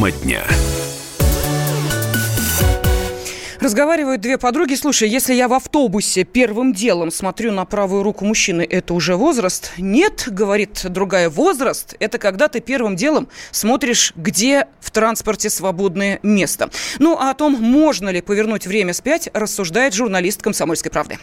Тема дня. Разговаривают две подруги. Слушай, если я в автобусе первым делом смотрю на правую руку мужчины, это уже возраст? Нет, говорит другая, возраст – это когда ты первым делом смотришь, где в транспорте свободное место. Ну, а о том, можно ли повернуть время вспять, рассуждает журналист «Комсомольской правды».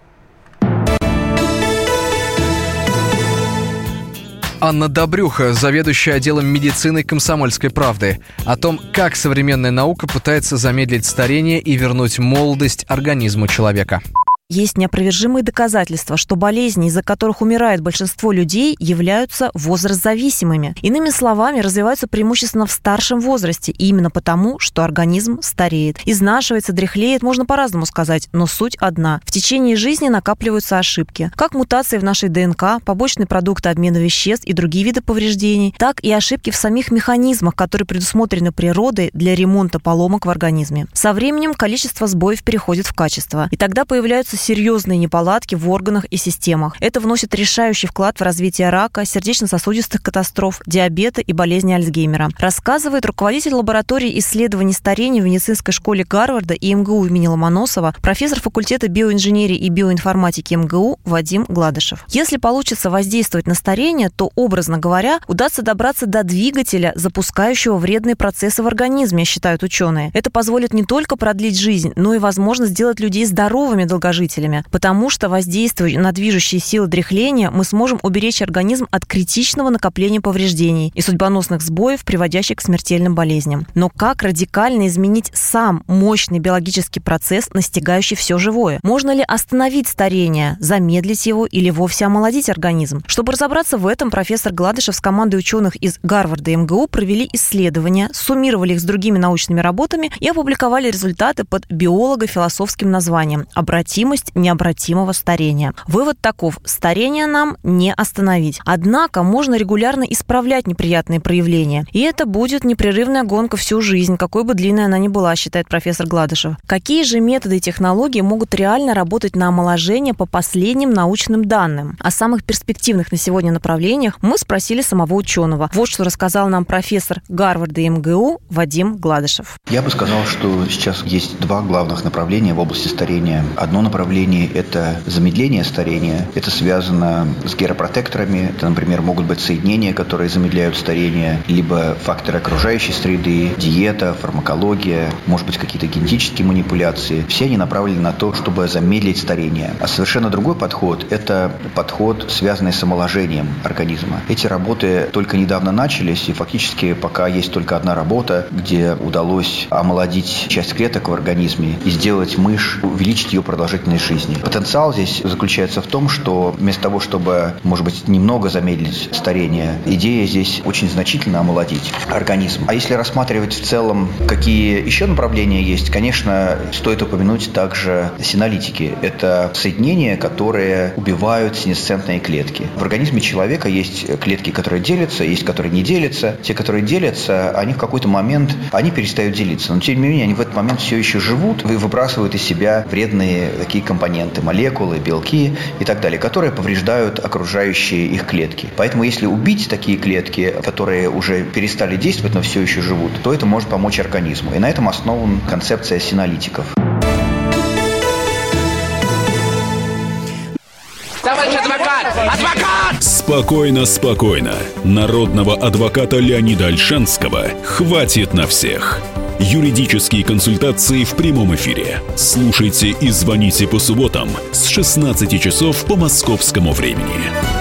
Анна Добрюха, заведующая отделом медицины «Комсомольской правды», о том, как современная наука пытается замедлить старение и вернуть молодость организму человека. Есть неопровержимые доказательства, что болезни, из-за которых умирает большинство людей, являются возрастзависимыми. Иными словами, развиваются преимущественно в старшем возрасте, и именно потому, что организм стареет. Изнашивается, дряхлеет, можно по-разному сказать, но суть одна. В течение жизни накапливаются ошибки. Как мутации в нашей ДНК, побочные продукты обмена веществ и другие виды повреждений, так и ошибки в самих механизмах, которые предусмотрены природой для ремонта поломок в организме. Со временем количество сбоев переходит в качество, и тогда появляются серьезные неполадки в органах и системах. Это вносит решающий вклад в развитие рака, сердечно-сосудистых катастроф, диабета и болезни Альцгеймера. Рассказывает руководитель лаборатории исследований старения в медицинской школе Гарварда и МГУ имени Ломоносова, профессор факультета биоинженерии и биоинформатики МГУ Вадим Гладышев. Если получится воздействовать на старение, то, образно говоря, удастся добраться до двигателя, запускающего вредные процессы в организме, считают ученые. Это позволит не только продлить жизнь, но и, возможно, сделать людей здоровыми долгожителями, потому что, воздействуя на движущие силы дряхления, мы сможем уберечь организм от критичного накопления повреждений и судьбоносных сбоев, приводящих к смертельным болезням. Но как радикально изменить сам мощный биологический процесс, настигающий все живое? Можно ли остановить старение, замедлить его или вовсе омолодить организм? Чтобы разобраться в этом, профессор Гладышев с командой ученых из Гарварда и МГУ провели исследования, суммировали их с другими научными работами и опубликовали результаты под биолого-философским названием «Обратимость необратимого старения». Вывод таков: старение нам не остановить. Однако можно регулярно исправлять неприятные проявления. И это будет непрерывная гонка всю жизнь, какой бы длинной она ни была, считает профессор Гладышев. Какие же методы и технологии могут реально работать на омоложение по последним научным данным? О самых перспективных на сегодня направлениях мы спросили самого ученого. Вот что рассказал нам профессор Гарварда и МГУ Вадим Гладышев. Я бы сказал, что сейчас есть два главных направления в области старения. Одно направление – это замедление старения. Это связано с геропротекторами. Это, например, могут быть соединения, которые замедляют старение, либо факторы окружающей среды, диета, фармакология, может быть, какие-то генетические манипуляции. Все они направлены на то, чтобы замедлить старение. А совершенно другой подход – это подход, связанный с омоложением организма. Эти работы только недавно начались, и фактически пока есть только одна работа, где удалось омолодить часть клеток в организме и сделать мышь, увеличить ее продолжительность жизни. Потенциал здесь заключается в том, что вместо того, чтобы, может быть, немного замедлить старение, идея здесь очень значительно омолодить организм. А если рассматривать в целом, какие еще направления есть, конечно, стоит упомянуть также синолитики. Это соединения, которые убивают сенесцентные клетки. В организме человека есть клетки, которые делятся, есть которые не делятся. Те, которые делятся, они в какой-то момент, они перестают делиться. Но, тем не менее, они в этот момент все еще живут и выбрасывают из себя вредные такие компоненты, молекулы, белки и так далее, которые повреждают окружающие их клетки. Поэтому если убить такие клетки, которые уже перестали действовать, но все еще живут, то это может помочь организму. И на этом основана концепция синолитиков. Товарищ адвокат! Адвокат! Спокойно, спокойно. Народного адвоката Леонида Ольшанского хватит на всех. Юридические консультации в прямом эфире. Слушайте и звоните по субботам с 16 часов по московскому времени.